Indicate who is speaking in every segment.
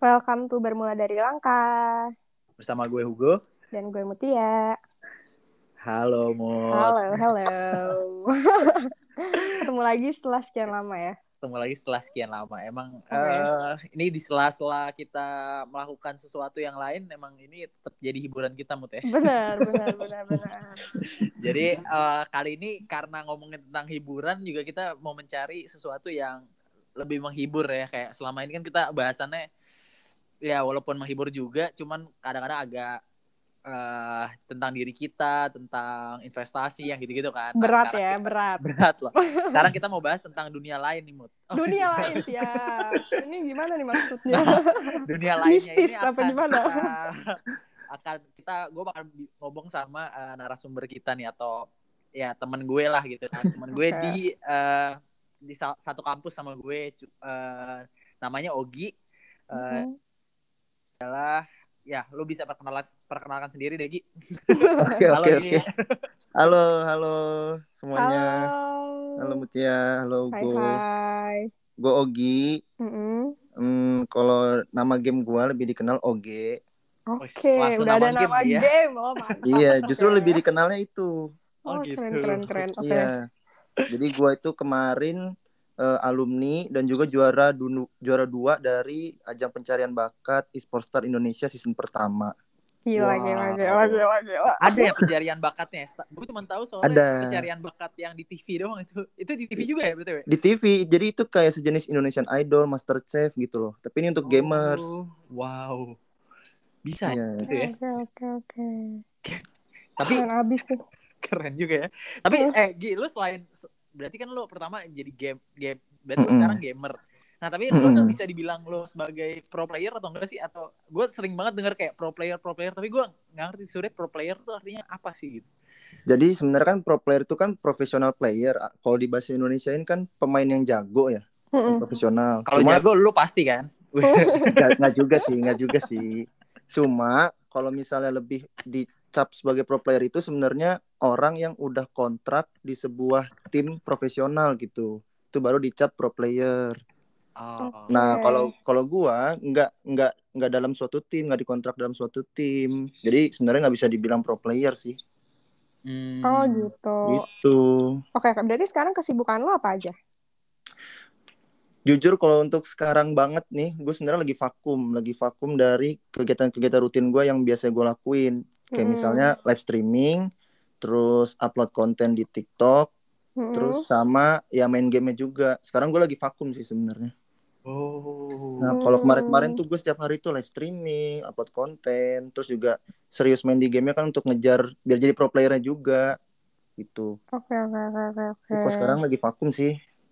Speaker 1: Welcome to Bermula dari Langkah.
Speaker 2: Bersama gue Hugo.
Speaker 1: Dan gue Mutia.
Speaker 2: Halo Mut.
Speaker 1: Halo. Ketemu lagi setelah sekian lama ya.
Speaker 2: Ketemu lagi setelah sekian lama. Emang
Speaker 1: Okay.
Speaker 2: ini di sela-sela kita melakukan sesuatu yang lain, emang ini tetap jadi hiburan kita Mut ya.
Speaker 1: Benar.
Speaker 2: Jadi kali ini karena ngomongin tentang hiburan juga kita mau mencari sesuatu yang lebih menghibur ya. Kayak selama ini kan kita bahasannya ya walaupun menghibur juga, cuman kadang-kadang agak tentang diri kita, tentang investasi yang gitu-gitu kan.
Speaker 1: Berat
Speaker 2: Sekarang
Speaker 1: ya,
Speaker 2: kita,
Speaker 1: berat.
Speaker 2: Berat loh. Sekarang kita mau bahas tentang dunia lain nih, Mut.
Speaker 1: Dunia lain, siap. Ini gimana nih maksudnya?
Speaker 2: Nah, dunia lainnya
Speaker 1: Mistis
Speaker 2: ini
Speaker 1: apa gimana?
Speaker 2: gue bakal ngomong sama narasumber kita nih, atau ya teman gue lah gitu kan. Teman gue di satu kampus sama gue, namanya Ogi. Adalah ya, lu bisa perkenalkan sendiri deh, Gi.
Speaker 3: Oke. Halo semuanya. Halo Mutia, halo Hugo.
Speaker 1: Hai.
Speaker 3: Gue Ogi. Kalau nama game gue lebih dikenal OG.
Speaker 1: Oke, udah ada nama game. Oh, mantap.
Speaker 3: Iya, justru lebih dikenalnya itu.
Speaker 1: Oh, gitu. Keren. Oke.
Speaker 3: Iya. Jadi gue itu kemarin alumni dan juga juara 2 dari ajang pencarian bakat eSports Star Indonesia season pertama.
Speaker 1: Gila.
Speaker 2: Ada ya pencarian bakatnya? Gue cuma tahu soalnya
Speaker 3: ada
Speaker 2: pencarian bakat yang di TV doang. Itu di TV juga ya, betul?
Speaker 3: Di TV, jadi itu kayak sejenis Indonesian Idol, Master Chef gitu loh. Tapi ini untuk gamers.
Speaker 2: Wow, bisa
Speaker 3: ya.
Speaker 2: Gitu ya?
Speaker 1: Oke.
Speaker 2: Tapi
Speaker 1: keren abis sih.
Speaker 2: Keren juga ya. Tapi Gi, lu selain berarti kan lu pertama jadi game berarti lu sekarang gamer. Nah, tapi lu tuh bisa dibilang lu sebagai pro player atau enggak sih? Atau gue sering banget denger kayak pro player, tapi gue nggak ngerti sebenarnya pro player tuh artinya apa sih gitu.
Speaker 3: Jadi sebenarnya kan pro player itu kan professional player. Kalau di bahasa Indonesiain kan pemain yang jago ya, profesional.
Speaker 2: Kalau jago lu pasti kan?
Speaker 3: Nggak juga sih. Cuma kalau misalnya lebih dicap sebagai pro player itu sebenarnya orang yang udah kontrak di sebuah tim profesional gitu. Itu baru dicap pro player. Nah, kalau gua nggak dalam suatu tim, nggak dikontrak dalam suatu tim. Jadi sebenarnya nggak bisa dibilang pro player sih.
Speaker 1: Oh gitu. Oke, berarti sekarang kesibukan lo apa aja?
Speaker 3: Jujur kalau untuk sekarang banget nih, gue sebenarnya lagi vakum dari kegiatan-kegiatan rutin gue yang biasa gue lakuin. Kayak misalnya live streaming, terus upload konten di TikTok, terus sama ya main game-nya juga. Sekarang gue lagi vakum sih sebenarnya. Nah, kalau kemarin tuh gue setiap hari tuh live streaming, upload konten, terus juga serius main di game-nya kan untuk ngejar biar jadi pro player-nya juga gitu.
Speaker 1: Oke.
Speaker 3: Kok sekarang lagi vakum sih.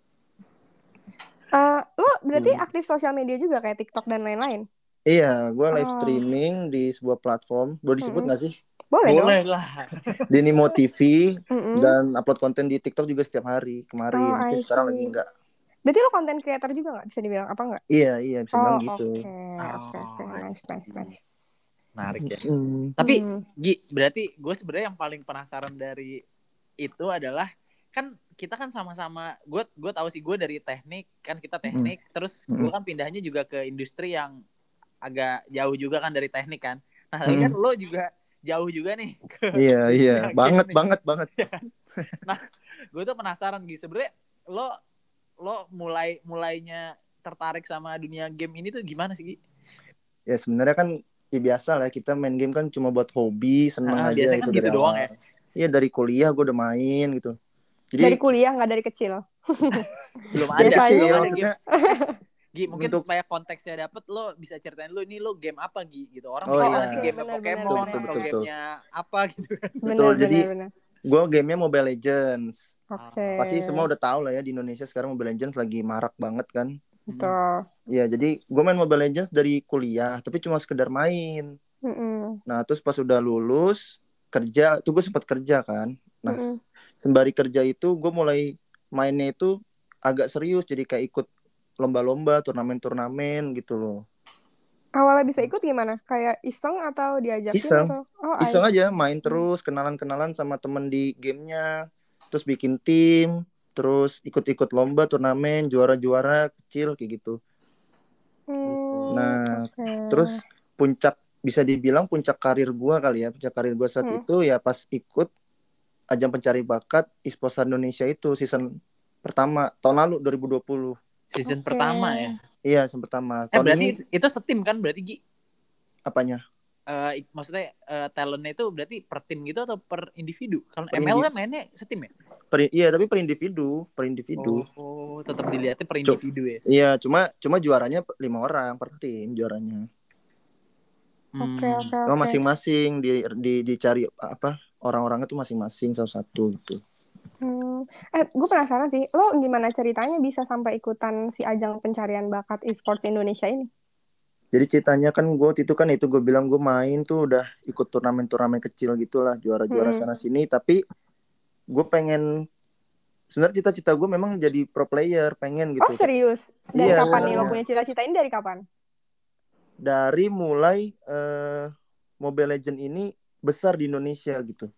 Speaker 1: Lo berarti aktif sosial media juga kayak TikTok dan lain-lain?
Speaker 3: Iya, gue live streaming di sebuah platform. Boleh disebut nggak sih?
Speaker 2: Boleh lah.
Speaker 3: Di Nimo TV dan upload konten di TikTok juga setiap hari kemarin. Tapi sekarang lagi enggak.
Speaker 1: Berarti lo konten creator juga nggak? Bisa dibilang apa nggak?
Speaker 3: Iya bisa bilang gitu.
Speaker 1: Oke. Nice.
Speaker 2: Menarik ya. Tapi Gi, berarti gue sebenarnya yang paling penasaran dari itu adalah kan kita kan sama-sama gue tahu sih, gue dari teknik kan, kita teknik terus gue kan pindahnya juga ke industri yang agak jauh juga kan dari teknik kan. Nah, tapi kan lo juga jauh juga nih ke
Speaker 3: iya banget.
Speaker 2: Nah, gue tuh penasaran gitu sebenarnya lo mulainya tertarik sama dunia game ini tuh gimana sih, Gi?
Speaker 3: Ya sebenarnya kan ya biasa lah, kita main game kan cuma buat hobi, seneng aja
Speaker 2: biasanya
Speaker 3: gitu,
Speaker 2: kan gitu doang ya.
Speaker 3: Iya, dari kuliah gue udah main gitu.
Speaker 1: Jadi dari kuliah, nggak dari kecil?
Speaker 2: Belum ada
Speaker 3: maksudnya.
Speaker 2: Gi, mungkin supaya konteksnya dapet, lo bisa ceritain lo game apa, Gi, gitu. Orang nanti game Pokemon atau gamenya apa gitu kan.
Speaker 3: Betul, jadi gue gamenya Mobile Legends.
Speaker 1: Oke.
Speaker 3: Pasti semua udah tahu lah ya, di Indonesia sekarang Mobile Legends lagi marak banget kan.
Speaker 1: Betul.
Speaker 3: Iya, jadi gue main Mobile Legends dari kuliah, tapi cuma sekedar main. Nah, terus pas udah lulus kerja, tuh gue sempat kerja kan. Nah, sembari kerja itu gue mulai mainnya itu agak serius, jadi kayak ikut lomba-lomba, turnamen gitu loh.
Speaker 1: Awalnya bisa ikut gimana? Kayak iseng atau diajakin?
Speaker 3: Iseng aja, main terus, kenalan sama temen di gamenya, terus bikin tim, terus ikut-ikut lomba, turnamen, juara-juara kecil kayak gitu. Nah, terus bisa dibilang puncak karir gue kali ya. Puncak karir gue saat itu ya pas ikut ajang pencari bakat e-sports Indonesia itu season pertama tahun lalu 2020.
Speaker 2: Season pertama ya?
Speaker 3: Iya, season pertama.
Speaker 2: Berarti itu setim kan berarti Gi?
Speaker 3: Apanya?
Speaker 2: Maksudnya talentnya itu berarti per tim gitu atau per individu? Kalau ML kan mainnya setim ya?
Speaker 3: Iya, tapi per individu.
Speaker 2: Oh, tetap dilihatnya per individu ya?
Speaker 3: Iya, cuma juaranya 5 orang per tim juaranya.
Speaker 1: Oke.
Speaker 3: Masing-masing dicari apa orang-orangnya tuh masing-masing satu-satu gitu.
Speaker 1: Gue penasaran sih, lo gimana ceritanya bisa sampai ikutan si ajang pencarian bakat e-sports Indonesia ini?
Speaker 3: Jadi ceritanya kan gue gue bilang gue main tuh udah ikut turnamen-turnamen kecil gitulah, juara-juara sana sini, tapi gue pengen sebenarnya cita-cita gue memang jadi pro player, pengen gitu.
Speaker 1: Oh serius? Dari kapan nih lo punya cita-cita ini dari kapan?
Speaker 3: Dari mulai Mobile Legends ini besar di Indonesia gitu.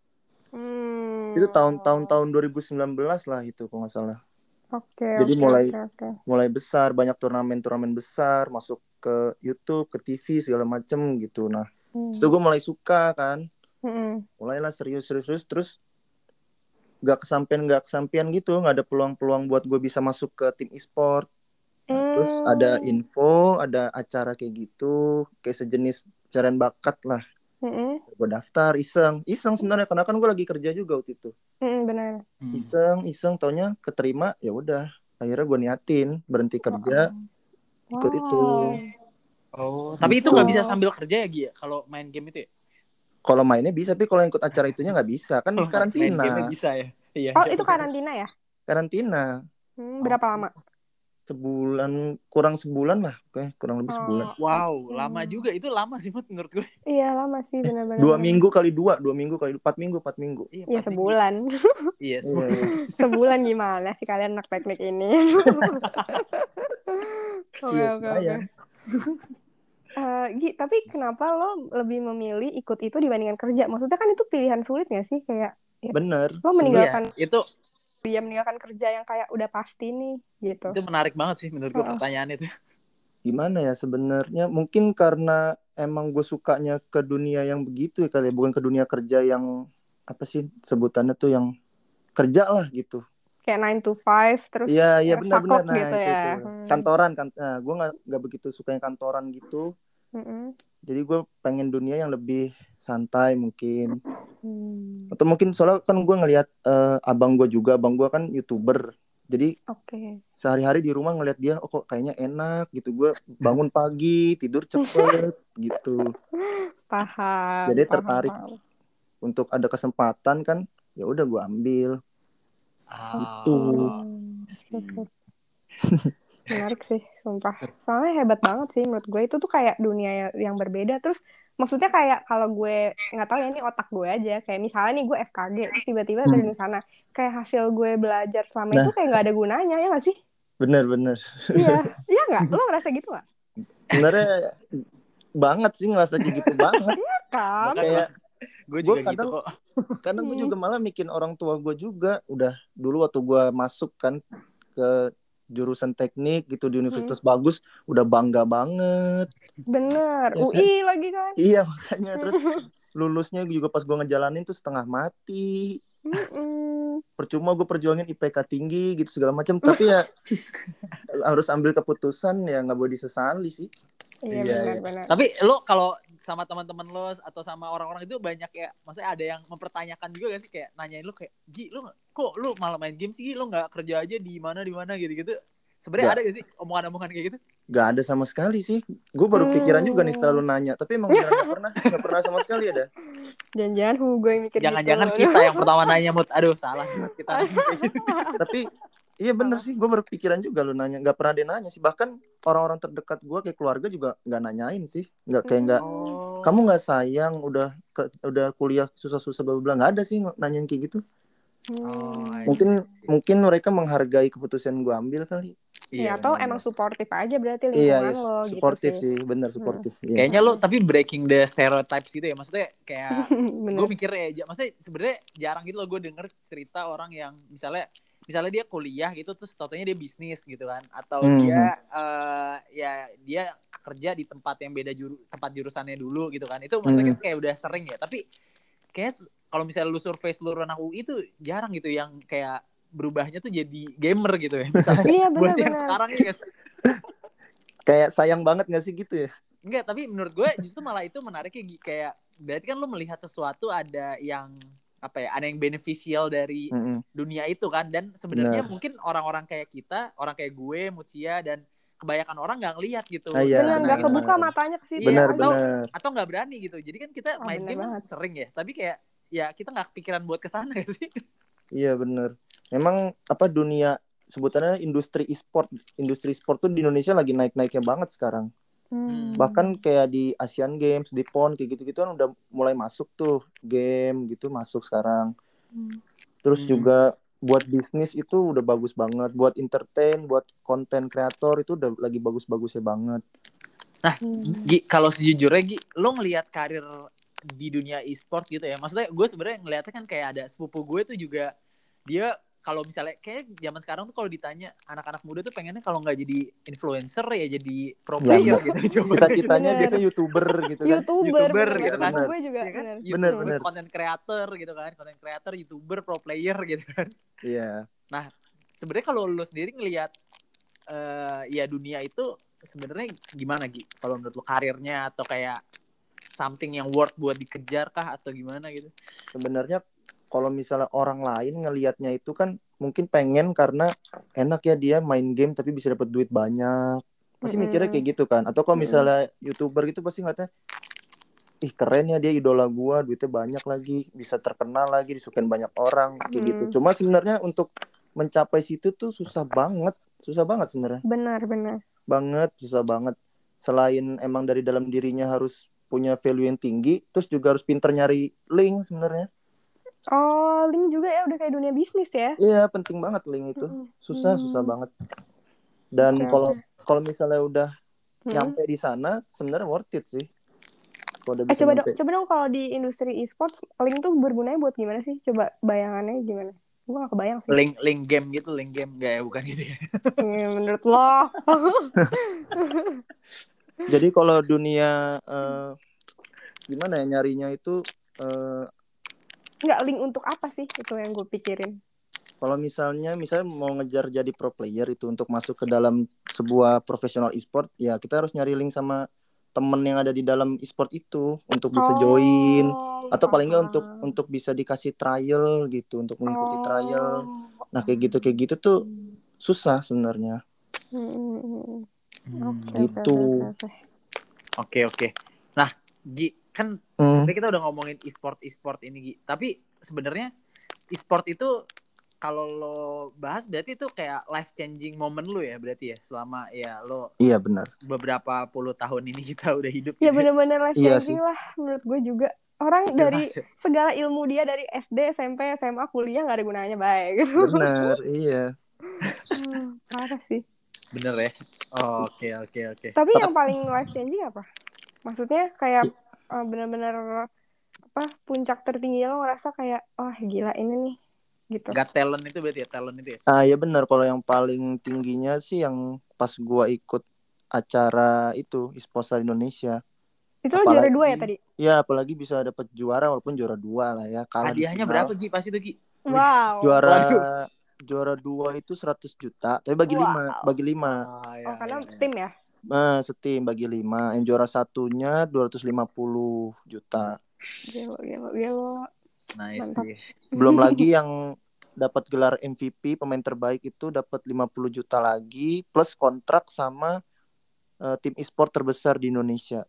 Speaker 3: Itu tahun 2019 lah itu kalau nggak salah. Jadi mulai besar, banyak turnamen besar masuk ke YouTube, ke TV segala macem gitu. Nah, itu gue mulai suka kan. Mulailah serius terus gak kesampean gitu, nggak ada peluang buat gue bisa masuk ke tim e-sport. Nah, terus ada info, ada acara kayak gitu, kayak sejenis pencarian bakat lah. Gue daftar iseng sebenarnya karena kan gue lagi kerja juga waktu itu.
Speaker 1: Benar.
Speaker 3: Iseng taunya keterima, ya udah. Akhirnya gue niatin berhenti kerja, ikut itu.
Speaker 2: Oh, tapi itu nggak bisa sambil kerja ya Gia? Kalau main game itu ya?
Speaker 3: Kalau mainnya bisa, tapi kalau ikut acara itunya nggak bisa, kan karantina.
Speaker 2: Main game bisa ya? Iya.
Speaker 1: Oh, itu karantina ya?
Speaker 3: Karantina.
Speaker 1: Berapa lama?
Speaker 3: Kurang sebulan lah, kurang lebih sebulan.
Speaker 2: Wow, lama juga. Itu lama sih menurut gue.
Speaker 1: Iya, lama sih benar-benar.
Speaker 3: 2 minggu kali 4 minggu.
Speaker 1: Iya, sebulan.
Speaker 2: Iya, sebulan.
Speaker 1: Sebulan gimana sih kalian anak teknik ini? Oke. Gi, tapi kenapa lo lebih memilih ikut itu dibandingkan kerja? Maksudnya kan itu pilihan sulit gak sih? Kayak
Speaker 3: bener.
Speaker 1: Lo meninggalkan
Speaker 2: dia
Speaker 1: meninggalkan kerja yang kayak udah pasti nih gitu.
Speaker 2: Itu menarik banget sih menurut gue pertanyaan itu.
Speaker 3: Gimana ya sebenarnya? Mungkin karena emang gue sukanya ke dunia yang begitu ya kali ya, bukan ke dunia kerja yang apa sih sebutannya tuh yang kerja lah gitu.
Speaker 1: Kayak 9 to 5 terus
Speaker 3: iya benar-benar
Speaker 1: gitu ya.
Speaker 3: Kantoran kan. Nah, gue nggak begitu suka yang kantoran gitu. Jadi gue pengen dunia yang lebih santai mungkin. Atau mungkin soalnya kan gue ngelihat abang gue kan YouTuber. Jadi sehari-hari di rumah ngelihat dia, kok kayaknya enak gitu. Gue bangun pagi, tidur cepet gitu.
Speaker 1: Paham.
Speaker 3: Jadi tertarik untuk ada kesempatan kan, ya udah gue ambil. Gitu.
Speaker 1: Menarik sih, sumpah. Soalnya hebat banget sih menurut gue. Itu tuh kayak dunia yang berbeda. Terus maksudnya kayak kalau gue nggak tahu ya, ini otak gue aja. Kayak misalnya nih gue FKG, terus tiba-tiba dari sana. Kayak hasil gue belajar selama itu kayak nggak ada gunanya, ya nggak sih?
Speaker 3: Bener.
Speaker 1: Iya nggak? Lo ngerasa gitu nggak?
Speaker 3: Sebenarnya banget sih ngerasa gitu banget.
Speaker 1: Iya kan?
Speaker 3: Kayak
Speaker 2: gue juga gitu kok.
Speaker 3: Karena gue juga malah bikin orang tua gue juga. Udah dulu waktu gue masuk kan ke jurusan teknik gitu di universitas bagus, udah bangga banget.
Speaker 1: Bener, ya, UI kan? Lagi kan?
Speaker 3: Iya makanya, terus lulusnya juga pas gue ngejalanin tuh setengah mati. Percuma gue perjuangin IPK tinggi gitu segala macam, tapi ya harus ambil keputusan ya nggak boleh disesali sih.
Speaker 1: Iya. Benar.
Speaker 2: Tapi lo kalau sama teman-teman lo atau sama orang-orang itu banyak ya, maksudnya ada yang mempertanyakan juga gak sih, kayak nanyain lo kayak, Gi, lo kok lo malah main game sih, lo nggak kerja aja di mana gitu-gitu. Sebenarnya ada gak sih omongan-omongan kayak gitu?
Speaker 3: Gak ada sama sekali sih. Gue baru pikiran juga nih setelah lo nanya, tapi emang nggak pernah sama sekali ada.
Speaker 1: Jangan-jangan gue yang mikir
Speaker 2: jangan-jangan gitu. Kita yang pertama nanya, Mut. Aduh, salah kita.
Speaker 3: Tapi iya bener sih, gue berpikiran juga lo nanya. Gak pernah dia nanya sih. Bahkan orang-orang terdekat gue kayak keluarga juga gak nanyain sih. Kamu gak sayang udah kuliah susah-susah bla-bla. Gak ada sih nanyain kayak gitu. Mungkin mereka menghargai keputusan gue ambil kali.
Speaker 1: Iya, atau emang suportif aja berarti lingkungan lo gitu sih.
Speaker 3: Suportif sih, bener suportif.
Speaker 2: Kayaknya lo tapi breaking the stereotypes gitu ya. Maksudnya kayak gue mikirnya, maksudnya sebenarnya jarang gitu lo gue denger cerita orang yang misalnya misalnya dia kuliah gitu terus totalnya dia bisnis gitu kan, atau dia ya dia kerja di tempat yang beda tempat jurusannya dulu gitu kan, itu maksudnya kayak udah sering ya. Tapi kayak kalau misalnya lu survei seluruh anak UI itu jarang gitu yang kayak berubahnya tuh jadi gamer gitu ya misalnya.
Speaker 1: Iya
Speaker 2: buat yang
Speaker 1: benar.
Speaker 2: sekarang ya guys,
Speaker 3: kayak sayang banget gak sih gitu ya?
Speaker 2: Enggak, tapi menurut gue justru malah itu menariknya kayak berarti kan lu melihat sesuatu ada yang apa ya, ada yang beneficial dari dunia itu kan. Dan sebenarnya mungkin orang-orang kayak kita, orang kayak gue, Mucia, dan kebanyakan orang nggak ngelihat gitu.
Speaker 1: Bener, nggak kebuka matanya ke situ.
Speaker 3: Bener,
Speaker 2: atau nggak berani gitu. Jadi kan kita main game sering ya, tapi kayak ya kita nggak kepikiran buat kesana ya sih.
Speaker 3: Iya bener. Memang apa dunia sebutannya industri e-sport tuh di Indonesia lagi naik-naiknya banget sekarang. Bahkan kayak di Asian Games, di PON kayak gitu-gitu kan udah mulai masuk tuh game gitu masuk sekarang. Terus juga buat bisnis itu udah bagus banget, buat entertain, buat konten kreator itu udah lagi bagus-bagusnya banget.
Speaker 2: Nah, Gi, kalau sejujurnya Gi, lo ngelihat karir di dunia e-sport gitu ya. Maksudnya gue sebenarnya ngelihatnya kan kayak ada sepupu gue tuh juga, dia kalau misalnya kayak zaman sekarang tuh kalau ditanya anak-anak muda tuh pengennya kalau nggak jadi influencer ya jadi pro player gitu.
Speaker 3: Cita-citanya biasanya YouTuber gitu kan.
Speaker 1: YouTuber
Speaker 2: gitu kan.
Speaker 1: Gue juga
Speaker 2: ya kan?
Speaker 3: Bener.
Speaker 2: Content creator gitu kan. Content creator, YouTuber, pro player gitu kan.
Speaker 3: Iya.
Speaker 2: Nah, sebenarnya kalau lo sendiri ngelihat ya dunia itu sebenarnya gimana Gi? Kalau menurut lo karirnya atau kayak something yang worth buat dikejar kah atau gimana gitu?
Speaker 3: Sebenarnya kalau misalnya orang lain ngelihatnya itu kan mungkin pengen karena enak ya dia main game tapi bisa dapat duit banyak. Pasti mikirnya kayak gitu kan. Atau kalau misalnya YouTuber gitu pasti ngeliatnya ih keren ya dia idola gua, duitnya banyak lagi, bisa terkenal lagi, disukain banyak orang kayak gitu. Cuma sebenarnya untuk mencapai situ tuh susah banget sebenarnya.
Speaker 1: Benar.
Speaker 3: Susah banget. Selain emang dari dalam dirinya harus punya value yang tinggi, terus juga harus pinter nyari link sebenarnya.
Speaker 1: Oh, link juga ya udah kayak dunia bisnis ya?
Speaker 3: Iya, penting banget link itu. Susah banget. Dan kalau misalnya udah nyampe di sana, sebenarnya worth it sih.
Speaker 1: Coba dong kalau di industri e-sports, link tuh bergunanya buat gimana sih? Coba bayangannya gimana? Gue gak kebayang sih.
Speaker 2: Link game gitu, link game gak ya, bukan gitu ya?
Speaker 1: Menurut lo?
Speaker 3: Jadi kalau dunia gimana ya nyarinya itu
Speaker 1: nggak link untuk apa sih itu yang gue pikirin.
Speaker 3: Kalau misalnya mau ngejar jadi pro player itu untuk masuk ke dalam sebuah profesional e-sport, ya kita harus nyari link sama temen yang ada di dalam e-sport itu untuk bisa join atau paling nggak untuk bisa dikasih trial gitu, untuk mengikuti trial. Nah kayak gitu tuh susah sebenarnya. Gitu.
Speaker 2: Oke. Nah, Gi, kan sebenarnya kita udah ngomongin e-sport ini Gi. Tapi sebenarnya e-sport itu kalau lo bahas berarti itu kayak life changing moment lo ya berarti ya selama ya lo.
Speaker 3: Iya benar.
Speaker 2: Beberapa puluh tahun ini kita udah hidup.
Speaker 1: Ya gitu. Benar-benar life changing lah menurut gue juga. Orang dari segala ilmu dia dari SD, SMP, SMA, kuliah gak ada gunanya baik.
Speaker 3: Benar, iya.
Speaker 1: Parah sih.
Speaker 2: Bener ya. Oke.
Speaker 1: Tapi yang paling life changing apa? Maksudnya kayak benar-benar apa puncak tertinggi lo ngerasa kayak gila ini nih gitu.
Speaker 2: Got talent itu berarti ya, talent itu ya.
Speaker 3: Ya benar, kalau yang paling tingginya sih yang pas gua ikut acara itu e-sports Indonesia.
Speaker 1: Itu lo juara 2 ya tadi?
Speaker 3: Iya, apalagi bisa dapat juara walaupun juara 2 lah ya.
Speaker 2: Hadiahnya berapa Gi pas itu Gi?
Speaker 1: Wow.
Speaker 3: Juara 2 itu 100 juta, tapi bagi 5.
Speaker 1: Karena tim ya?
Speaker 3: Setim bagi 5. Yang juara satunya 250 juta.
Speaker 1: Gila.
Speaker 2: Nice sih.
Speaker 3: Belum lagi yang dapat gelar MVP pemain terbaik itu dapat 50 juta lagi plus kontrak sama tim e-sport terbesar di Indonesia.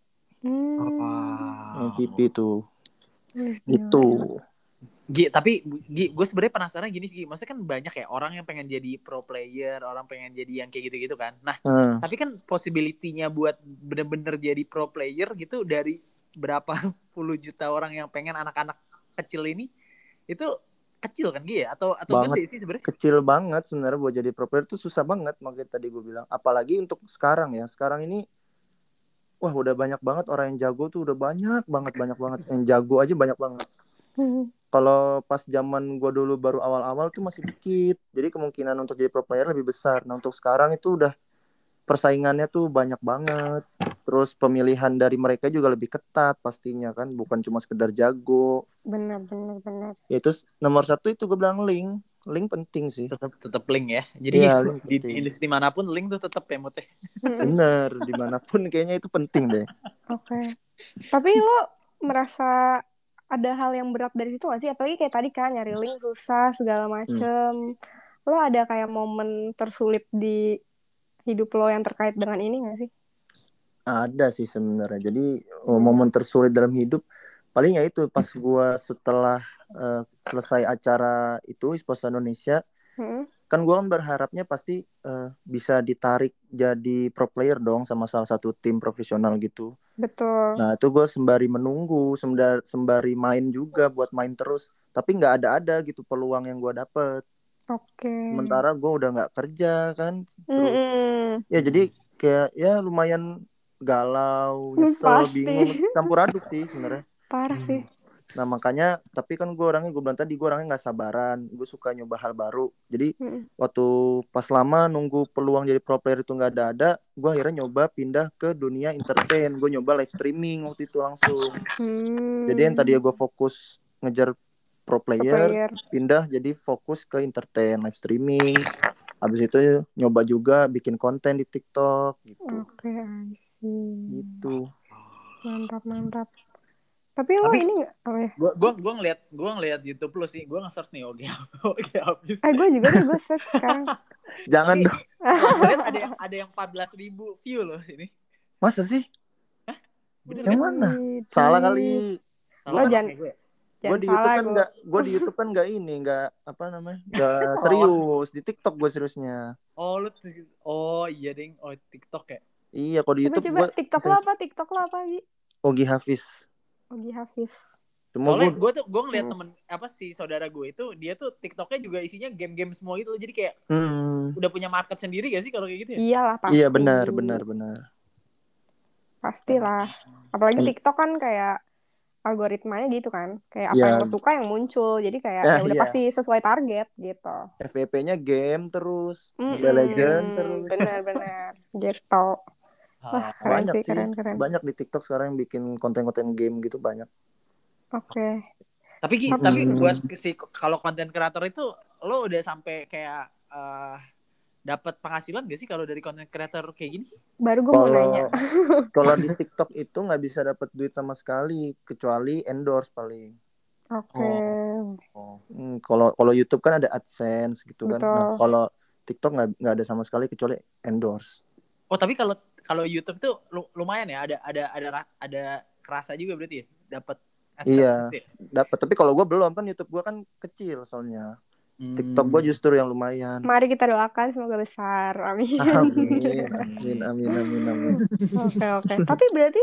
Speaker 3: MVP tuh. Itu.
Speaker 2: Gi, tapi gue sebenarnya penasaran gini sih, maksudnya kan banyak ya orang yang pengen jadi pro player, orang pengen jadi yang kayak gitu-gitu kan. Nah, tapi kan possibility-nya buat bener-bener jadi pro player gitu dari berapa puluh juta orang yang pengen anak-anak kecil ini itu kecil kan Gi ya? Atau gede sih sebenarnya? Kecil
Speaker 3: banget sebenarnya buat jadi pro player tuh susah banget, makanya tadi gue bilang. Apalagi untuk sekarang ya. Sekarang ini wah udah banyak banget orang yang jago tuh, udah banyak banget. Yang jago aja banyak banget. kalau pas zaman gue dulu baru awal-awal tuh masih dikit. Jadi kemungkinan untuk jadi pro player lebih besar. Nah untuk sekarang itu udah persaingannya tuh banyak banget. Terus pemilihan dari mereka juga lebih ketat pastinya kan. Bukan cuma sekedar jago.
Speaker 1: Benar.
Speaker 3: Ya itu nomor satu itu gue bilang link. Link penting sih.
Speaker 2: Tetap link ya. Jadi
Speaker 3: Iya, link
Speaker 2: di
Speaker 3: penting.
Speaker 2: industri manapun link tuh tetap ya Mut.
Speaker 3: Bener, dimanapun kayaknya itu penting deh.
Speaker 1: Oke. Tapi lo merasa ada hal yang berat dari situ gak sih? Apalagi kayak tadi kan nyari link susah segala macem. Lo ada kayak momen tersulit di hidup lo yang terkait dengan ini gak sih?
Speaker 3: Ada sih sebenarnya. Jadi momen tersulit dalam hidup paling ya itu pas gua setelah selesai acara itu esports Indonesia, kan gua kan berharapnya pasti bisa ditarik jadi pro player dong sama salah satu tim profesional gitu.
Speaker 1: Betul.
Speaker 3: Nah itu gue sembari menunggu, sembari main juga buat main terus. Tapi nggak ada gitu peluang yang gue dapet.
Speaker 1: Oke.
Speaker 3: Sementara gue udah nggak kerja kan, terus ya jadi kayak ya lumayan galau, nyesel,
Speaker 1: Pasti.
Speaker 3: bingung, campur aduk sih sebenarnya.
Speaker 1: Parah sih.
Speaker 3: Nah makanya, tapi kan gue bilang tadi gue orangnya nggak sabaran, gue suka nyoba hal baru. Jadi waktu pas lama nunggu peluang jadi pro player itu nggak ada, gue akhirnya nyoba pindah ke dunia entertain. Gue nyoba live streaming waktu itu langsung. Jadi yang tadi gue fokus ngejar pro player, pindah jadi fokus ke entertain, live streaming. Habis itu nyoba juga bikin konten di TikTok gitu.
Speaker 1: Oke, I see.
Speaker 3: Gitu.
Speaker 1: Mantap. Tapi lo ini nggak? Oh ya.
Speaker 2: Gue ngeliat YouTube lo sih. Gue nge-search nih Ogi habis.
Speaker 1: Gue juga nih gue search sekarang.
Speaker 3: Jangan dong.
Speaker 2: Ada yang 14.000 view loh ini.
Speaker 3: Masa sih?
Speaker 2: Hah? Bener
Speaker 3: yang
Speaker 2: kan?
Speaker 3: mana? Salah kali.
Speaker 2: Salah
Speaker 1: jangan
Speaker 3: gue di YouTube kan nggak ini, nggak apa namanya, nggak serius. Di TikTok gue seriusnya.
Speaker 2: Oh iya ding. Oh TikTok ya.
Speaker 3: Iya, kalau di YouTube
Speaker 1: coba TikTok lo apa Gi?
Speaker 3: Ogi Hafiz.
Speaker 2: Cuma soalnya gue ngeliat temen apa sih saudara gue itu, dia tuh TikToknya juga isinya game-game semua gitu. Jadi kayak udah punya market sendiri gak sih kalau kayak gitu ya?
Speaker 1: Iyalah pasti.
Speaker 3: Iya benar.
Speaker 1: Pastilah. Apalagi TikTok kan kayak algoritmanya gitu kan. Kayak apa yang lo suka yang muncul. Jadi kayak ya udah pasti sesuai target gitu.
Speaker 3: FVP-nya game terus, Mobile Legend terus.
Speaker 1: Benar gitu. Wah, keren
Speaker 3: banyak
Speaker 1: sih, keren.
Speaker 3: Banyak di TikTok sekarang yang bikin konten-konten game gitu banyak.
Speaker 1: Oke.
Speaker 2: Tapi buat si kalau konten kreator itu lo udah sampai kayak dapat penghasilan gak sih kalau dari konten kreator kayak gini?
Speaker 1: Baru gue mau nanya.
Speaker 3: Kalau di TikTok itu nggak bisa dapat duit sama sekali kecuali endorse paling.
Speaker 1: Oke.
Speaker 3: Kalau YouTube kan ada AdSense gitu kan.
Speaker 1: Betul.
Speaker 3: Nah, kalau TikTok nggak ada sama sekali kecuali endorse.
Speaker 2: Oh tapi kalau YouTube tuh lumayan ya, ada kerasa juga berarti ya dapat.
Speaker 3: Iya, dapat. Tapi kalau gue belum, kan YouTube gue kan kecil soalnya. TikTok gue justru yang lumayan.
Speaker 1: Mari kita doakan semoga besar. Amin.
Speaker 3: Amin.
Speaker 1: Oke. Tapi berarti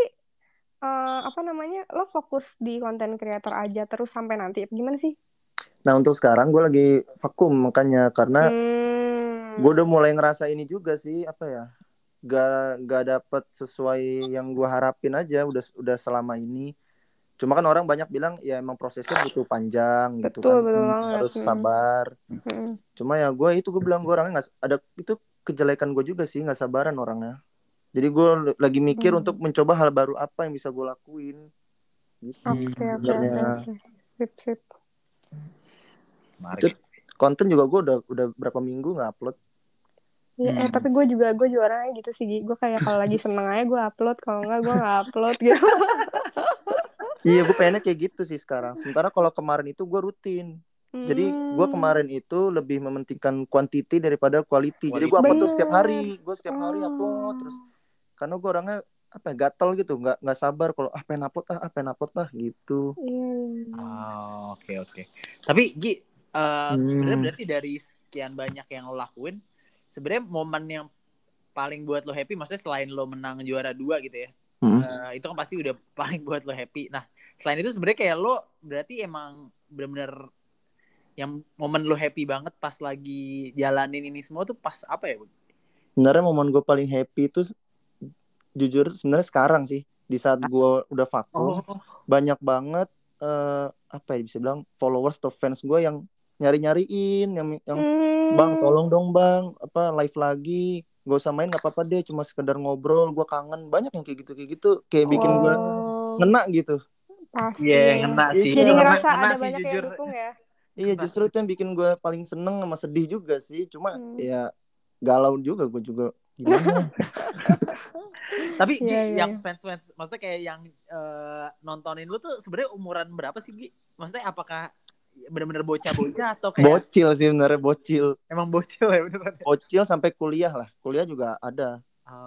Speaker 1: lo fokus di konten kreator aja terus sampai nanti gimana sih?
Speaker 3: Nah untuk sekarang gue lagi vakum makanya karena gue udah mulai ngerasa ini juga sih apa ya, gak dapet sesuai yang gue harapin aja udah selama ini. Cuma kan orang banyak bilang ya emang prosesnya butuh panjang gitu kan, harus sabar. Cuma ya gue bilang gue orangnya nggak ada, itu kejelekan gue juga sih, nggak sabaran orangnya. Jadi gue lagi mikir untuk mencoba hal baru apa yang bisa gue lakuin. Gitu, sebenarnya.
Speaker 1: Sip.
Speaker 3: Itu konten juga gue udah berapa minggu nggak upload.
Speaker 1: Ya, tapi gue juga orangnya gitu sih. Gue kayak kalau lagi seneng aja gue upload, kalau enggak gue nggak upload gitu.
Speaker 3: Iya, gue pengennya kayak gitu sih sekarang. Sementara kalau kemarin itu gue rutin. Jadi gue kemarin itu lebih mementingkan quantity daripada quality. Jadi gue upload tuh setiap hari. Gue setiap hari upload terus. Karena gue orangnya gatel gitu, nggak sabar kalau pengen upload gitu.
Speaker 2: Oke. Tapi Gi, sebenarnya berarti dari sekian banyak yang lo lakuin, sebenarnya momen yang paling buat lo happy, maksudnya selain lo menang juara 2 gitu ya, itu kan pasti udah paling buat lo happy. Nah selain itu sebenarnya kayak lo berarti emang benar-benar yang momen lo happy banget pas lagi jalanin ini semua tuh pas apa ya?
Speaker 3: Sebenarnya momen gue paling happy itu jujur sebenarnya sekarang sih, di saat gue udah vakum. Banyak banget apa ya bisa bilang followers atau fans gue yang nyariin yang bang tolong dong bang apa live lagi, gak usah main nggak apa-apa deh, cuma sekedar ngobrol, gue kangen, banyak yang kayak gitu kayak bikin gue ngena gitu.
Speaker 1: Pasti.
Speaker 2: Ngena sih.
Speaker 1: Jadi ngerasa
Speaker 2: ngena
Speaker 1: ada
Speaker 2: sih,
Speaker 1: banyak
Speaker 2: jujur.
Speaker 1: yang dukung ya.
Speaker 3: Iya justru itu yang bikin gue paling seneng sama sedih juga sih, cuma ya galau juga gue juga gimana.
Speaker 2: Tapi Gi,
Speaker 1: Iya.
Speaker 2: yang fans maksudnya kayak yang nontonin lu tuh sebenarnya umuran berapa sih Gi? Maksudnya apakah benar-benar bocah-bocah atau kayak
Speaker 3: Bocil sih benernya, bocil.
Speaker 2: Emang bocil ya beneran.
Speaker 3: Bocil sampai kuliah lah, kuliah juga ada.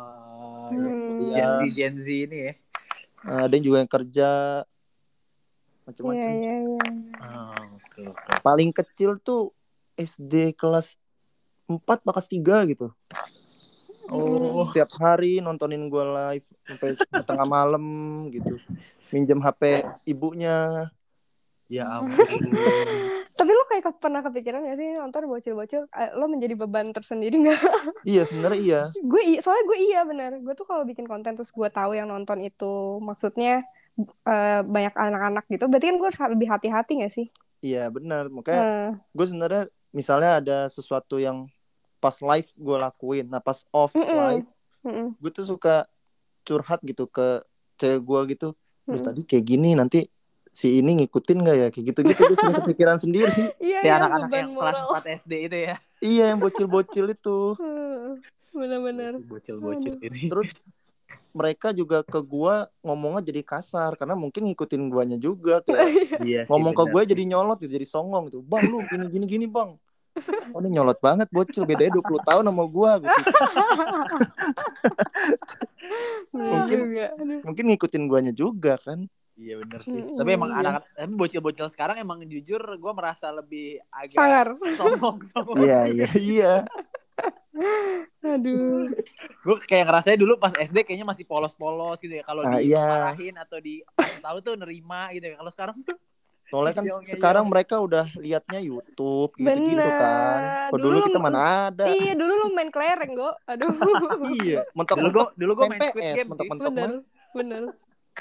Speaker 2: Gen Z ini ya.
Speaker 3: Ada juga yang kerja macam-macam.
Speaker 1: Iya.
Speaker 2: Okay.
Speaker 3: Paling kecil tuh SD kelas 4 kelas 3 gitu. Tiap hari nontonin gue live sampai tengah malam gitu. Minjem HP ibunya.
Speaker 2: Ya ampun.
Speaker 1: Tapi lo kayak pernah kepikiran gak sih nonton bocil-bocil lo menjadi beban tersendiri gak?
Speaker 3: Iya sebenarnya iya.
Speaker 1: Soalnya gue iya benar. Gue tuh kalau bikin konten terus gue tahu yang nonton itu maksudnya banyak anak-anak gitu, berarti kan gue harus lebih hati-hati gak sih?
Speaker 3: Iya benar. Makanya gue sebenarnya misalnya ada sesuatu yang pas live gue lakuin, nah pas off live gue tuh suka curhat gitu ke cewek gue gitu. Duh tadi kayak gini, nanti si ini ngikutin gak ya kayak gitu-gitu. Gue sering kepikiran sendiri.
Speaker 2: Si anak-anak yang kelas 4 SD itu ya.
Speaker 3: Iya yang bocil-bocil itu.
Speaker 1: Benar-benar.
Speaker 2: Bocil-bocil ini.
Speaker 3: Terus mereka juga ke gua ngomongnya jadi kasar karena mungkin ngikutin guanya juga kayak ngomong ke gue jadi nyolot gitu, jadi songong gitu. Bang lu gini bang. Oh ini nyolot banget bocil, bedanya 20 tahun sama gua gitu. mungkin ngikutin guanya juga kan.
Speaker 2: Iya benar sih. Tapi emang anak-anak, tapi bocil-bocil sekarang emang jujur gue merasa lebih agak
Speaker 1: sangar.
Speaker 2: Sombong.
Speaker 3: Iya.
Speaker 1: Aduh.
Speaker 2: Gue kayak ngerasanya dulu pas SD kayaknya masih polos-polos gitu ya. Kalau dimarahin atau tahu tuh nerima gitu ya. Kalau sekarang tuh
Speaker 3: soalnya kan sekarang mereka udah liatnya YouTube gitu-gitu kan. Kalau dulu kita mana ada.
Speaker 1: Iya, dulu lu main kelereng, Go. Aduh.
Speaker 3: Iya,
Speaker 2: dulu gue main Squid Game.
Speaker 1: Bener.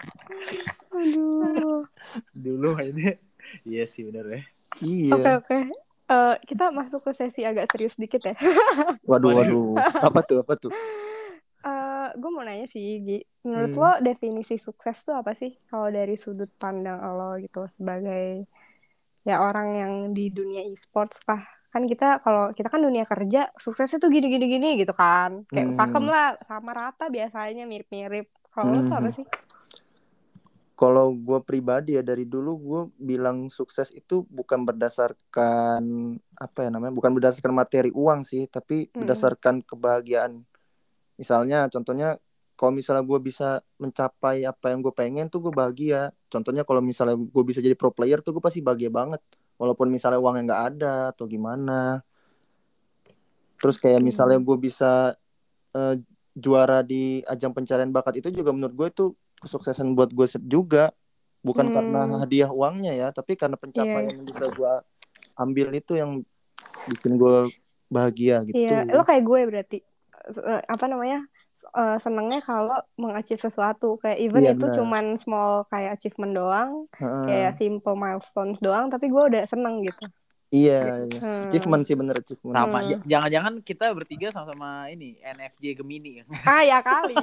Speaker 1: Aduh.
Speaker 2: Dulu mainnya. Iya sih bener ya.
Speaker 3: Iya.
Speaker 1: Oke. Kita masuk ke sesi agak serius dikit ya.
Speaker 3: Waduh. Apa tuh?
Speaker 1: Gue mau nanya sih, Gi. Menurut lo definisi sukses tuh apa sih? Kalau dari sudut pandang lo gitu sebagai ya orang yang di dunia e-sports lah. Kan kita kan dunia kerja suksesnya tuh gini gitu kan. Kayak pakem lah sama rata biasanya mirip-mirip. Kalau lo tuh apa sih?
Speaker 3: Kalau gue pribadi ya dari dulu gue bilang sukses itu bukan berdasarkan bukan berdasarkan materi uang sih, tapi berdasarkan kebahagiaan. Misalnya contohnya kalau misalnya gue bisa mencapai apa yang gue pengen tuh gue bahagia. Contohnya kalau misalnya gue bisa jadi pro player tuh gue pasti bahagia banget. Walaupun misalnya uangnya nggak ada atau gimana. Terus kayak misalnya gue bisa juara di ajang pencarian bakat itu juga menurut gue itu kesuksesan buat gue juga. Bukan karena hadiah uangnya ya, tapi karena pencapaian yang bisa gue ambil itu yang bikin gue bahagia gitu.
Speaker 1: Iya, lo kayak gue berarti senengnya kalau mengachieve sesuatu kayak even itu cuman small kayak achievement doang, kayak simple milestones doang, tapi gue udah seneng gitu.
Speaker 3: Iya. Achievement sih bener achievement.
Speaker 2: Sama, jangan-jangan kita bertiga sama-sama ini NFJ Gemini.
Speaker 1: Ya kali.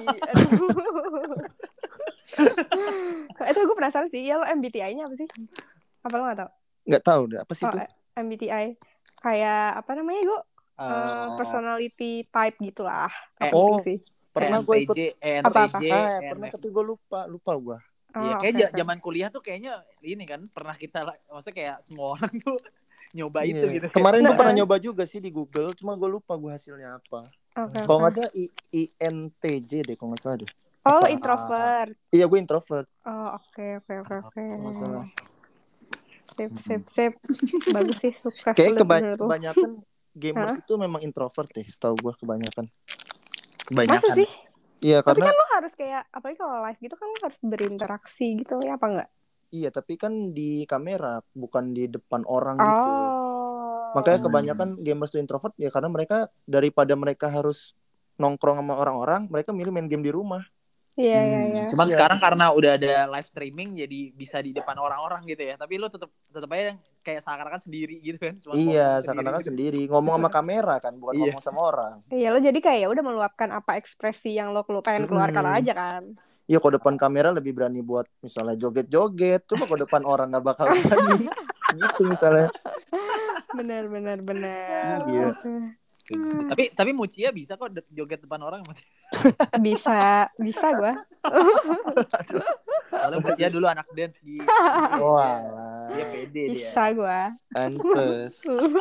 Speaker 1: Itu gue penasaran sih, ya lo MBTI-nya apa sih? Apa lo nggak tahu?
Speaker 3: Nggak tahu deh, apa sih itu?
Speaker 1: MBTI kayak apa namanya gue? Personality type gitulah.
Speaker 3: Sih. Pernah gue ikut
Speaker 2: apa?
Speaker 3: Pernah tapi gue lupa gue.
Speaker 2: Iya, kayak zaman kuliah tuh kayaknya ini kan pernah kita, maksudnya kayak semua orang tuh nyoba itu gitu.
Speaker 3: Kemarin gue pernah nyoba juga sih di Google, cuma gue lupa gue hasilnya apa. Kalau nggak salah INTJ deh, kalau nggak salah deh.
Speaker 1: Oh, introvert.
Speaker 3: Iya, gue introvert.
Speaker 1: Oh, oke.
Speaker 3: Nggak salah.
Speaker 1: Sip. Bagus sih, sukses.
Speaker 3: Kayak kebanyakan gamers itu memang introvert deh, setahu gue kebanyakan.
Speaker 1: Masa sih?
Speaker 3: Iya,
Speaker 1: tapi
Speaker 3: karena
Speaker 1: kan lo harus kayak apalagi kalau live gitu kan lo harus berinteraksi gitu ya apa enggak?
Speaker 3: Iya, tapi kan di kamera bukan di depan orang gitu. Makanya kebanyakan gamers itu introvert ya karena mereka daripada mereka harus nongkrong sama orang-orang, mereka milih main game di rumah.
Speaker 1: Iya.
Speaker 2: Cuman sekarang karena udah ada live streaming jadi bisa di depan orang-orang gitu ya. Tapi lu tetap aja kayak seakan-akan sendiri gitu kan. Cuma
Speaker 3: Iya,
Speaker 2: ngomong
Speaker 3: seakan-akan
Speaker 2: gitu.
Speaker 3: sendiri. Ngomong sama kamera kan, bukan ngomong sama orang.
Speaker 1: Iya, lo jadi kayak udah meluapkan apa ekspresi yang lo pengen keluarkan aja kan.
Speaker 3: Iya, kalau depan kamera lebih berani buat misalnya joget-joget. Coba kalau depan orang nggak bakal berani. Gitu misalnya.
Speaker 1: Benar.
Speaker 3: Iya.
Speaker 2: Tapi Mucia bisa kok joget depan orang.
Speaker 1: Bisa gue.
Speaker 2: Soalnya Mucia dulu anak dance gitu.
Speaker 3: Walah.
Speaker 2: Dia pede dia.
Speaker 1: Bisa gue.
Speaker 3: Pantes.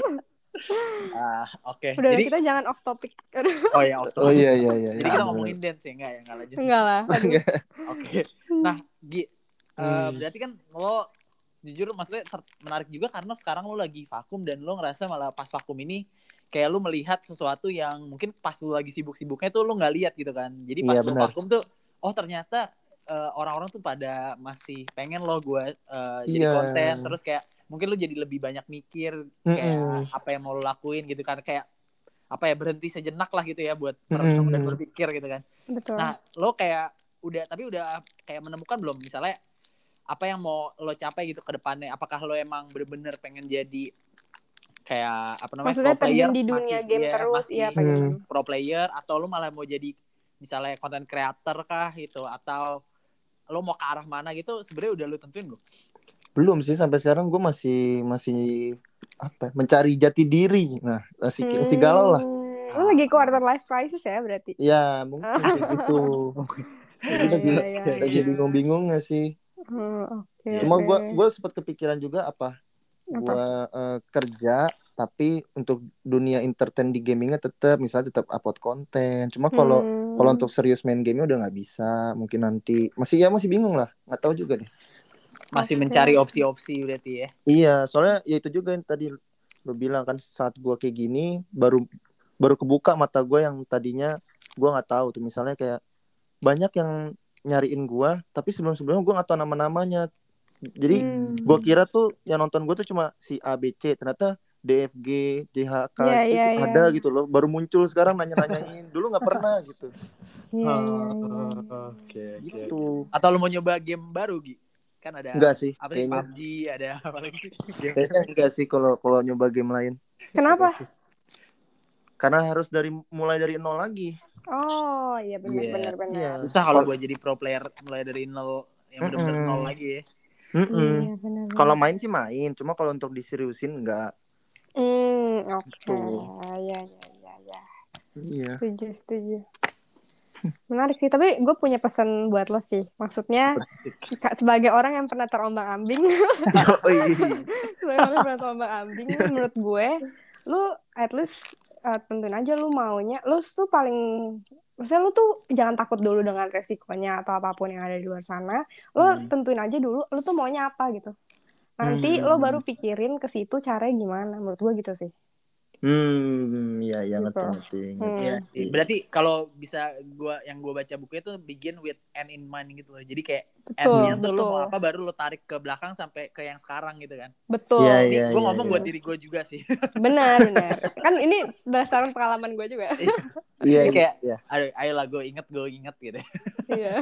Speaker 2: Oke.
Speaker 1: Udah,
Speaker 2: Jadi
Speaker 1: kita jangan off topic.
Speaker 2: Oh iya, off topic.
Speaker 3: Oh iya.
Speaker 2: Jadi kita ngomongin dance ya, enggak lanjut.
Speaker 1: Enggak lah.
Speaker 2: Oke. Nah, Gi, berarti kan lo jujur maksudnya menarik juga karena sekarang lo lagi vakum dan lo ngerasa malah pas vakum ini kayak lo melihat sesuatu yang mungkin pas lo lagi sibuk-sibuknya tuh lo nggak lihat gitu kan. Jadi pas lo vakum tuh, oh ternyata orang-orang tuh pada masih pengen lo gue jadi konten, terus kayak mungkin lo jadi lebih banyak mikir kayak apa yang mau lo lakuin gitu kan, kayak apa ya, berhenti sejenak lah gitu ya buat merenung dan berpikir gitu kan.
Speaker 1: Betul.
Speaker 2: Nah lo kayak udah kayak menemukan belum misalnya apa yang mau lo capai gitu ke depannya? Apakah lo emang bener-bener pengen jadi kayak apa namanya,
Speaker 1: maksudnya
Speaker 2: pro player
Speaker 1: di dunia
Speaker 2: masih,
Speaker 1: game terus ya pengen
Speaker 2: pro player, atau lo malah mau jadi misalnya content creator kah gitu, atau lo mau ke arah mana gitu? Sebenarnya udah lo tentuin belum?
Speaker 3: Belum sih, sampai sekarang gue masih apa, mencari jati diri. Nah, masih galau lah.
Speaker 1: Lo lagi quarter life crisis ya berarti?
Speaker 3: Ya mungkin kayak gitu. Jadi lagi bingung-bingung gak sih? Cuma gue sempat kepikiran juga apa gue kerja tapi untuk dunia entertain di gamingnya tetap upload konten. Cuma kalau untuk serius main game udah nggak bisa. Mungkin nanti masih bingung lah, nggak tahu juga deh.
Speaker 2: Masih mencari opsi-opsi berarti ya?
Speaker 3: Iya, soalnya ya itu juga yang tadi lo bilang kan, saat gue kayak gini baru kebuka mata gue yang tadinya gue nggak tahu tuh. Misalnya kayak banyak yang nyariin gue tapi sebelumnya gue nggak tahu nama-namanya. Jadi gue kira tuh yang nonton gue tuh cuma si A B C, ternyata DFG, JHK itu ada gitu loh. Baru muncul sekarang nanya-nanyain, dulu nggak pernah gitu.
Speaker 2: Oke.
Speaker 3: Gitu.
Speaker 2: Atau lo mau nyoba game baru, Gi? Kan ada
Speaker 3: enggak sih,
Speaker 2: apa sih, PUBG, ada apa lagi sih?
Speaker 3: Kayaknya enggak sih kalau nyoba game lain.
Speaker 1: Kenapa?
Speaker 3: Karena harus mulai dari nol lagi.
Speaker 1: Oh iya benar.
Speaker 3: Yeah.
Speaker 2: Susah kalau gue jadi pro player mulai dari nol, yang benar-benar nol lagi ya.
Speaker 3: Kalau main sih main, cuma kalau untuk diseriusin enggak.
Speaker 1: Oke. Ya. Setuju. Menarik sih, tapi gue punya pesan buat lo sih. Maksudnya sebagai orang yang pernah terombang-ambing, menurut gue, lu at least tentuin aja lu maunya. Lu tuh maksudnya lu tuh jangan takut dulu dengan resikonya atau apapun yang ada di luar sana. Lu tentuin aja dulu, lu tuh maunya apa gitu. Nanti lo baru pikirin ke situ caranya gimana. Menurut gue gitu sih.
Speaker 3: Iya ngerti.
Speaker 2: Berarti kalau bisa yang gue baca bukunya tuh begin with end in mind gitu loh. Jadi kayak endnya tuh lo mau apa baru lo tarik ke belakang sampai ke yang sekarang gitu kan.
Speaker 1: Betul.
Speaker 2: Ini gue ngomong buat diri gue juga sih.
Speaker 1: Benar. Kan ini berdasarkan pengalaman gue juga.
Speaker 3: Iya.
Speaker 2: Kayak ayolah gue inget gitu.
Speaker 1: Iya.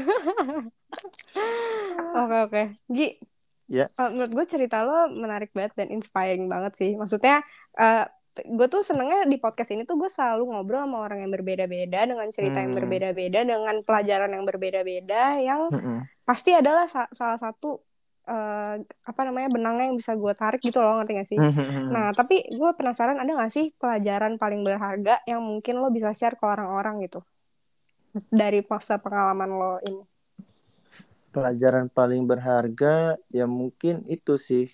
Speaker 1: Oke. Gi.
Speaker 3: Ya.
Speaker 1: Menurut gue cerita lo menarik banget dan inspiring banget sih. Maksudnya gue tuh senengnya di podcast ini tuh gue selalu ngobrol sama orang yang berbeda-beda dengan cerita yang berbeda-beda, dengan pelajaran yang berbeda-beda, yang pasti adalah salah satu benangnya yang bisa gue tarik gitu loh, ngerti gak sih? Nah tapi gue penasaran, ada gak sih pelajaran paling berharga yang mungkin lo bisa share ke orang-orang gitu dari masa pengalaman lo ini?
Speaker 3: Pelajaran paling berharga ya mungkin itu sih,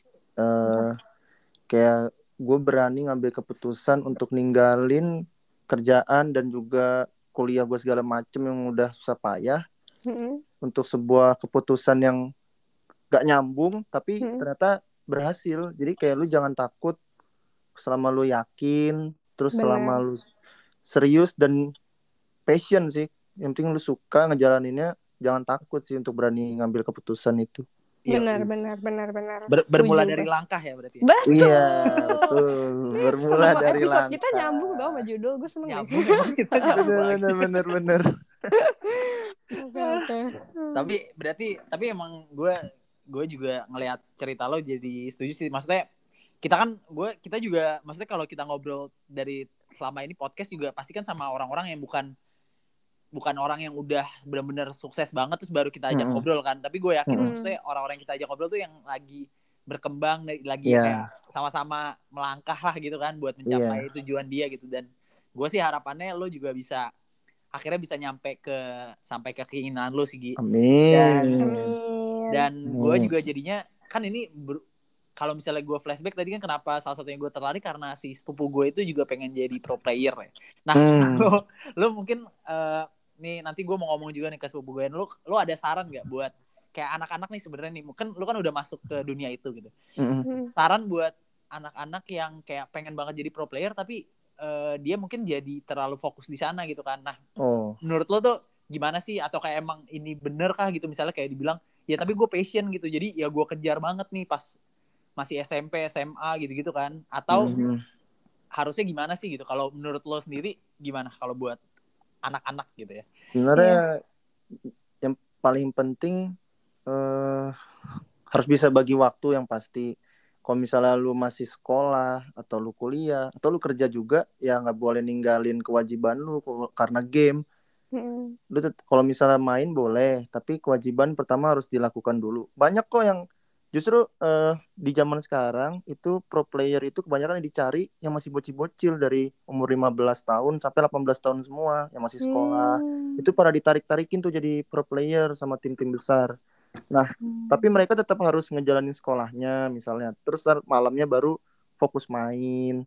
Speaker 3: kayak gue berani ngambil keputusan untuk ninggalin kerjaan dan juga kuliah gue segala macem yang udah susah payah untuk sebuah keputusan yang gak nyambung tapi ternyata berhasil. Jadi kayak lu jangan takut selama lu yakin, terus selama lu serius dan passion sih. Yang penting lu suka ngejalaninnya, jangan takut sih untuk berani ngambil keputusan itu.
Speaker 1: Benar.
Speaker 2: Bermula dari langkah ya berarti.
Speaker 1: Betul.
Speaker 3: Iya, betul. Bermula dari langkah.
Speaker 1: Episode kita nyambung dong sama judul, gue seneng.
Speaker 2: Nyambung.
Speaker 3: Bener.
Speaker 1: Oke.
Speaker 2: Tapi emang gue juga ngelihat cerita lo jadi setuju sih. Maksudnya kita juga maksudnya kalau kita ngobrol dari selama ini podcast juga pasti kan sama orang-orang yang bukan orang yang udah benar-benar sukses banget terus baru kita ajak ngobrol kan. Tapi gue yakin maksudnya orang-orang yang kita ajak ngobrol tuh yang lagi berkembang, lagi kayak sama-sama melangkah lah gitu kan buat mencapai tujuan dia gitu. Dan gue sih harapannya lo juga akhirnya bisa sampai ke keinginan lo sih, Gi.
Speaker 3: Amin.
Speaker 2: Dan gue juga jadinya kan ini kalau misalnya gue flashback tadi kan kenapa salah satunya gue tertarik karena si sepupu gue itu juga pengen jadi pro player ya. Nah, lo mungkin nih nanti gue mau ngomong juga nih ke sepupu gue. Lo ada saran nggak buat kayak anak-anak nih sebenarnya nih, mungkin lo kan udah masuk ke dunia itu gitu. Saran buat anak-anak yang kayak pengen banget jadi pro player tapi dia mungkin jadi terlalu fokus di sana gitu kan. Nah, menurut lo tuh gimana sih? Atau kayak emang ini bener kah gitu? Misalnya kayak dibilang, ya tapi gue passion gitu. Jadi ya gue kejar banget nih pas masih SMP, SMA gitu-gitu kan. Atau harusnya gimana sih gitu? Kalau menurut lo sendiri gimana kalau buat anak-anak gitu ya?
Speaker 3: Sebenarnya yang paling penting harus bisa bagi waktu yang pasti. Kalau misalnya lu masih sekolah atau lu kuliah atau lu kerja juga, ya nggak boleh ninggalin kewajiban lu karena game. Lu kalau misalnya main boleh, tapi kewajiban pertama harus dilakukan dulu. Banyak kok yang justru di zaman sekarang itu pro player itu kebanyakan yang dicari yang masih bocil-bocil dari umur 15 tahun sampai 18 tahun semua yang masih sekolah. Itu pada ditarik-tarikin tuh jadi pro player sama tim-tim besar. Nah, tapi mereka tetap harus ngejalanin sekolahnya misalnya. Terus malamnya baru fokus main.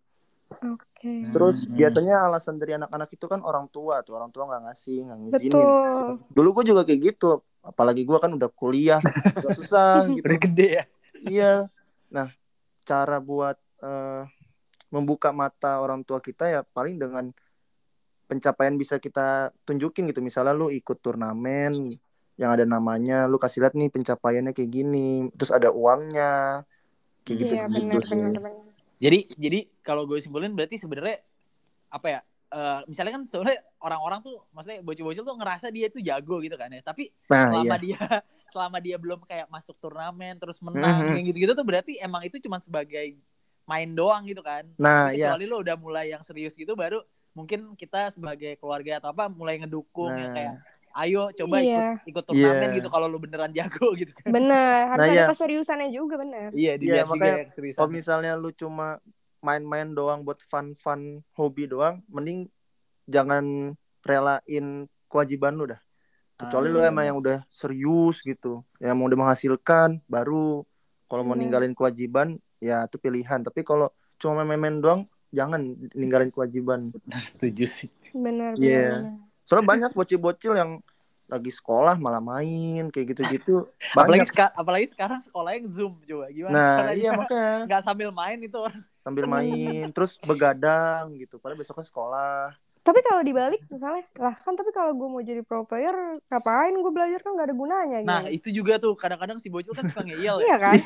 Speaker 3: Terus biasanya alasan dari anak-anak itu kan orang tua nggak ngasih, nggak ngizinin. Dulu gue juga kayak gitu, apalagi gue kan udah kuliah, udah susah gitu.
Speaker 2: Udah gede ya.
Speaker 3: Iya. Nah, cara buat membuka mata orang tua kita ya paling dengan pencapaian bisa kita tunjukin gitu. Misalnya lu ikut turnamen yang ada namanya, lu kasih lihat nih pencapaiannya kayak gini, terus ada uangnya, kayak gitu sih.
Speaker 2: Jadi kalau gue simpulin berarti sebenarnya apa ya? Misalnya kan sebenarnya orang-orang tuh, maksudnya bocil-bocil tuh ngerasa dia tuh jago gitu kan ya. Tapi selama dia belum kayak masuk turnamen terus menang yang gitu-gitu tuh berarti emang itu cuma sebagai main doang gitu kan. Tapi kecuali lo udah mulai yang serius gitu baru mungkin kita sebagai keluarga atau apa mulai ngedukung yang kayak ayo coba ikut turnamen gitu kalau lu beneran jago gitu kan.
Speaker 1: Bener, harus ada keseriusannya juga, bener.
Speaker 2: Iya, dilihat juga ya keseriusannya.
Speaker 3: Kalau misalnya lu cuma main-main doang buat fun hobi doang, mending jangan relain kewajiban lu dah. Kecuali lu emang yang udah serius gitu, yang mau udah menghasilkan, baru kalau mau ninggalin kewajiban ya itu pilihan. Tapi kalau cuma main-main doang, jangan ninggalin kewajiban.
Speaker 2: Setuju sih.
Speaker 1: Benar.
Speaker 3: Soalnya banyak bocil-bocil yang lagi sekolah malah main kayak gitu-gitu.
Speaker 2: Apalagi sekarang sekolahnya Zoom coba gimana?
Speaker 3: Nah, iya makanya.
Speaker 2: Nggak sambil main itu orang.
Speaker 3: Sambil main, terus begadang gitu. Padahal besoknya sekolah.
Speaker 1: Tapi kalau dibalik misalnya, tapi kalau gue mau jadi pro player, ngapain gue belajar kan nggak ada gunanya.
Speaker 2: Nah itu juga tuh kadang-kadang si bocil kan suka ngeyel
Speaker 1: ya. Iya kan?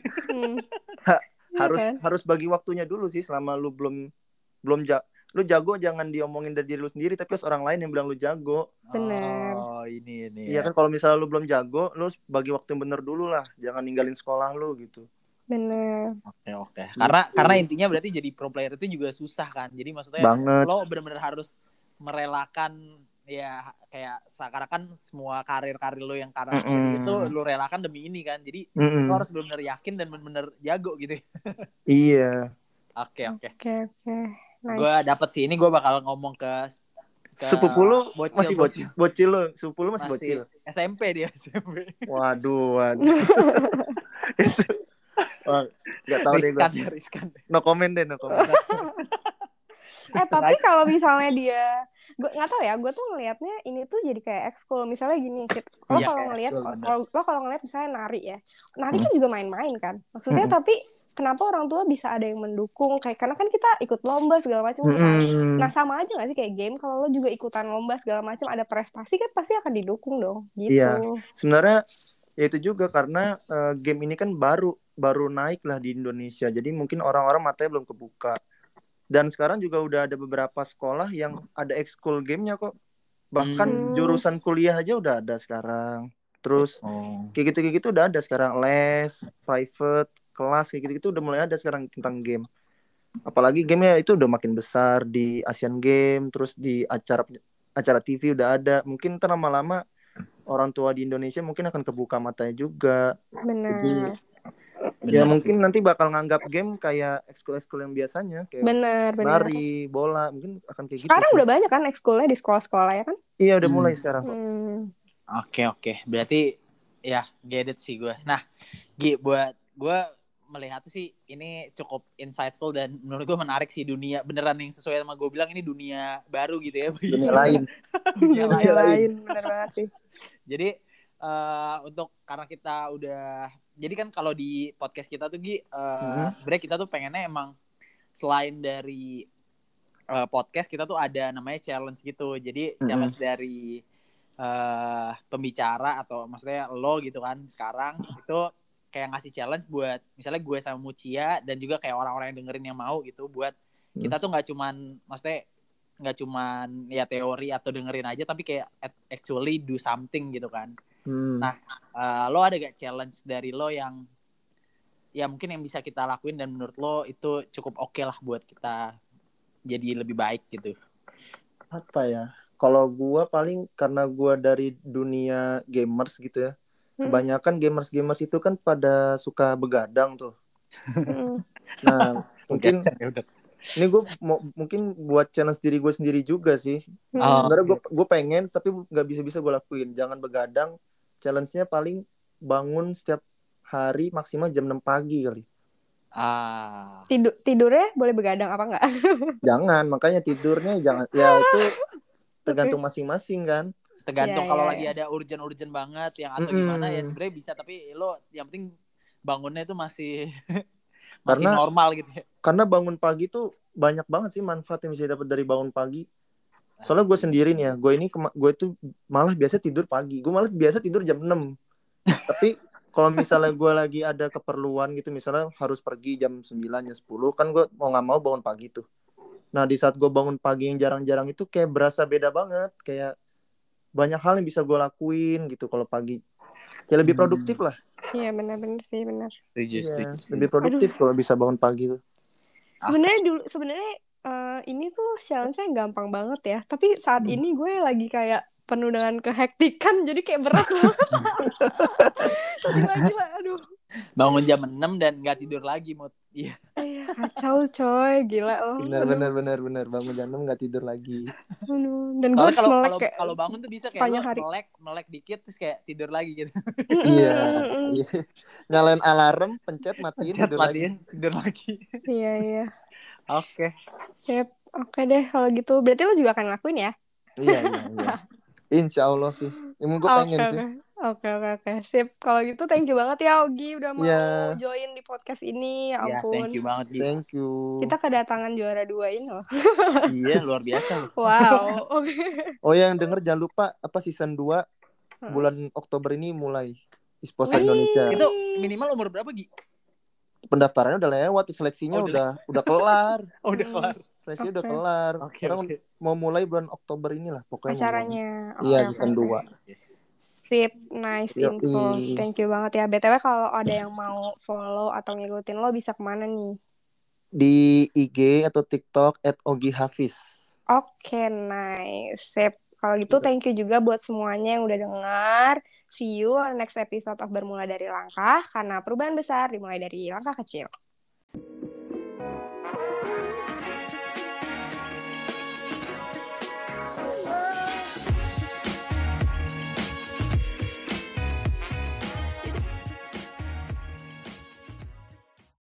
Speaker 3: Harus bagi waktunya dulu sih selama lu belum lu jago jangan diomongin dari diri lu sendiri tapi harus orang lain yang bilang lu jago.
Speaker 1: Bener.
Speaker 2: Oh ini.
Speaker 3: Iya kan kalau misalnya lu belum jago, lu bagi waktu yang bener dulu lah, jangan ninggalin sekolah lu gitu.
Speaker 1: Bener.
Speaker 2: Oke. Karena intinya berarti jadi pro player itu juga susah kan. Jadi maksudnya lo benar-benar harus merelakan ya kayak seakan-akan semua karir lo yang karena itu lo relakan demi ini kan. Jadi lo harus benar-benar yakin dan benar-benar jago gitu.
Speaker 3: Iya.
Speaker 2: Oke.
Speaker 1: Nice.
Speaker 2: Gue dapet sih ini gue bakal ngomong ke
Speaker 3: sepupu lu masih bocil lo, sepupu lu masih bocil.
Speaker 2: SMP dia SMP.
Speaker 3: Waduh. Gak tahu deh gue.
Speaker 2: Riskan.
Speaker 3: No comment deh.
Speaker 1: Tapi kalau misalnya dia, gue nggak tahu ya, gue tuh ngelihatnya ini tuh jadi kayak ekskul. Misalnya gini, lo kalau ngelihat misalnya nari ya, nari kan juga main-main kan. Maksudnya tapi kenapa orang tua bisa ada yang mendukung? Kayak karena kan kita ikut lomba segala macam kan. Nah sama aja nggak sih kayak game? Kalau lo juga ikutan lomba segala macam, ada prestasi kan pasti akan didukung dong. Gitu.
Speaker 3: Iya, sebenarnya ya itu juga karena game ini kan baru naik lah di Indonesia. Jadi mungkin orang-orang matanya belum kebuka. Dan sekarang juga udah ada beberapa sekolah yang ada ekskul gamenya kok. Bahkan jurusan kuliah aja udah ada sekarang. Terus kayak gitu udah ada sekarang, les, private, kelas kayak gitu udah mulai ada sekarang tentang game. Apalagi gamenya itu udah makin besar di Asian Game, terus di acara TV udah ada. Mungkin ntar lama-lama orang tua di Indonesia mungkin akan kebuka matanya juga.
Speaker 1: Benar.
Speaker 3: Jadi ya mungkin nanti bakal nganggap game kayak ekskul yang biasanya, kayak
Speaker 1: benar.
Speaker 3: nari, bola, mungkin akan kayak
Speaker 1: Sekarang
Speaker 3: gitu.
Speaker 1: udah banyak kan ekskulnya di sekolah-sekolah ya kan?
Speaker 3: Iya udah mulai sekarang.
Speaker 2: Oke. Berarti ya get it sih gue. Nah, Gi, buat gue melihat sih ini cukup insightful dan menurut gue menarik sih, dunia beneran yang sesuai sama gue bilang, ini dunia baru gitu ya.
Speaker 3: Dunia lain.
Speaker 2: dunia lain.
Speaker 1: Bener banget sih.
Speaker 2: Jadi untuk karena kita udah, jadi kan kalau di podcast kita tuh Gi, sebenarnya kita tuh pengennya emang selain dari podcast kita tuh ada namanya challenge gitu. Jadi challenge dari pembicara atau maksudnya lo gitu kan sekarang itu kayak ngasih challenge buat misalnya gue sama Mucia dan juga kayak orang-orang yang dengerin yang mau gitu, buat kita tuh nggak cuman ya teori atau dengerin aja, tapi kayak actually do something gitu kan. Nah, lo ada gak challenge dari lo yang ya mungkin yang bisa kita lakuin dan menurut lo itu cukup oke lah buat kita jadi lebih baik gitu?
Speaker 3: Apa ya? Kalau gue paling karena gue dari dunia gamers gitu ya. Kebanyakan gamers itu kan pada suka begadang tuh. Nah, mungkin ini gue mungkin buat challenge diri gue sendiri juga sih. Sebenarnya gue pengen tapi nggak bisa gue lakuin. Jangan begadang. Challenge-nya paling bangun setiap hari maksimal jam 6 pagi kali.
Speaker 1: Tidurnya boleh begadang apa enggak?
Speaker 3: Jangan, makanya tidurnya jangan. Ya itu tergantung masing-masing kan.
Speaker 2: Tergantung kalau lagi ada urgent banget yang atau gimana ya sebenarnya bisa, tapi lo yang penting bangunnya itu masih normal gitu ya. Karena
Speaker 3: bangun pagi tuh banyak banget sih manfaat yang bisa dapat dari bangun pagi. Soalnya gue sendiri nih ya, gue tuh malah biasa tidur pagi. Gue malah biasa tidur jam 6. Tapi kalau misalnya gue lagi ada keperluan gitu, misalnya harus pergi jam 9, jam 10, kan gue mau gak mau bangun pagi tuh. Nah di saat gue bangun pagi yang jarang-jarang itu kayak berasa beda banget. Kayak banyak hal yang bisa gue lakuin gitu kalau pagi. Kayak lebih produktif lah.
Speaker 1: Iya benar-benar sih, benar.
Speaker 3: Lebih produktif kalau bisa bangun pagi tuh.
Speaker 1: Sebenarnya ini tuh challenge-nya gampang banget ya. Tapi saat ini gue lagi kayak penuh dengan kehektikan, jadi kayak berat banget. Gila, aduh.
Speaker 2: Bangun jam 6 dan gak tidur lagi, Mut.
Speaker 1: Iya, kacau coy, gila loh.
Speaker 3: Benar. Bangun jam 6 gak tidur lagi.
Speaker 1: Dan gue harus melek kayak
Speaker 2: kalau bangun tuh bisa kayak melek dikit terus kayak tidur lagi gitu.
Speaker 3: Iya. Nyalain alarm, pencet matiin,
Speaker 2: tidur lagi.
Speaker 1: Iya.
Speaker 2: Oke.
Speaker 1: Sip. Oke deh kalau gitu. Berarti lo juga akan ngelakuin ya?
Speaker 3: Iya. Insya Allah sih. Emang gue pengen sih.
Speaker 1: Oke. Sip. Kalau gitu thank you banget ya Ogi udah mau join di podcast ini. Ya ampun.
Speaker 2: Thank you banget.
Speaker 3: Thank you.
Speaker 1: Kita kedatangan juara 2 ini loh.
Speaker 2: Iya, luar biasa loh.
Speaker 1: Wow. Oke.
Speaker 3: Oh yang denger jangan lupa season 2 bulan Oktober ini mulai eSports Indonesia.
Speaker 2: Itu minimal umur berapa, Gi?
Speaker 3: Pendaftarannya udah lewat, seleksinya udah kelar.
Speaker 2: Udah kelar.
Speaker 3: Seleksinya udah kelar. Sekarang mau mulai bulan Oktober inilah pokoknya.
Speaker 1: Acaranya.
Speaker 3: Iya, season 2.
Speaker 1: Sip, nice info. Thank you banget ya. BTW kalau ada yang mau follow atau ngikutin lo bisa kemana nih?
Speaker 3: Di IG atau TikTok @ogihafiz.
Speaker 1: Oke, nice. Sip. Kalau gitu thank you juga buat semuanya yang udah dengar. See you on next episode of Bermula dari Langkah, karena perubahan besar dimulai dari langkah kecil.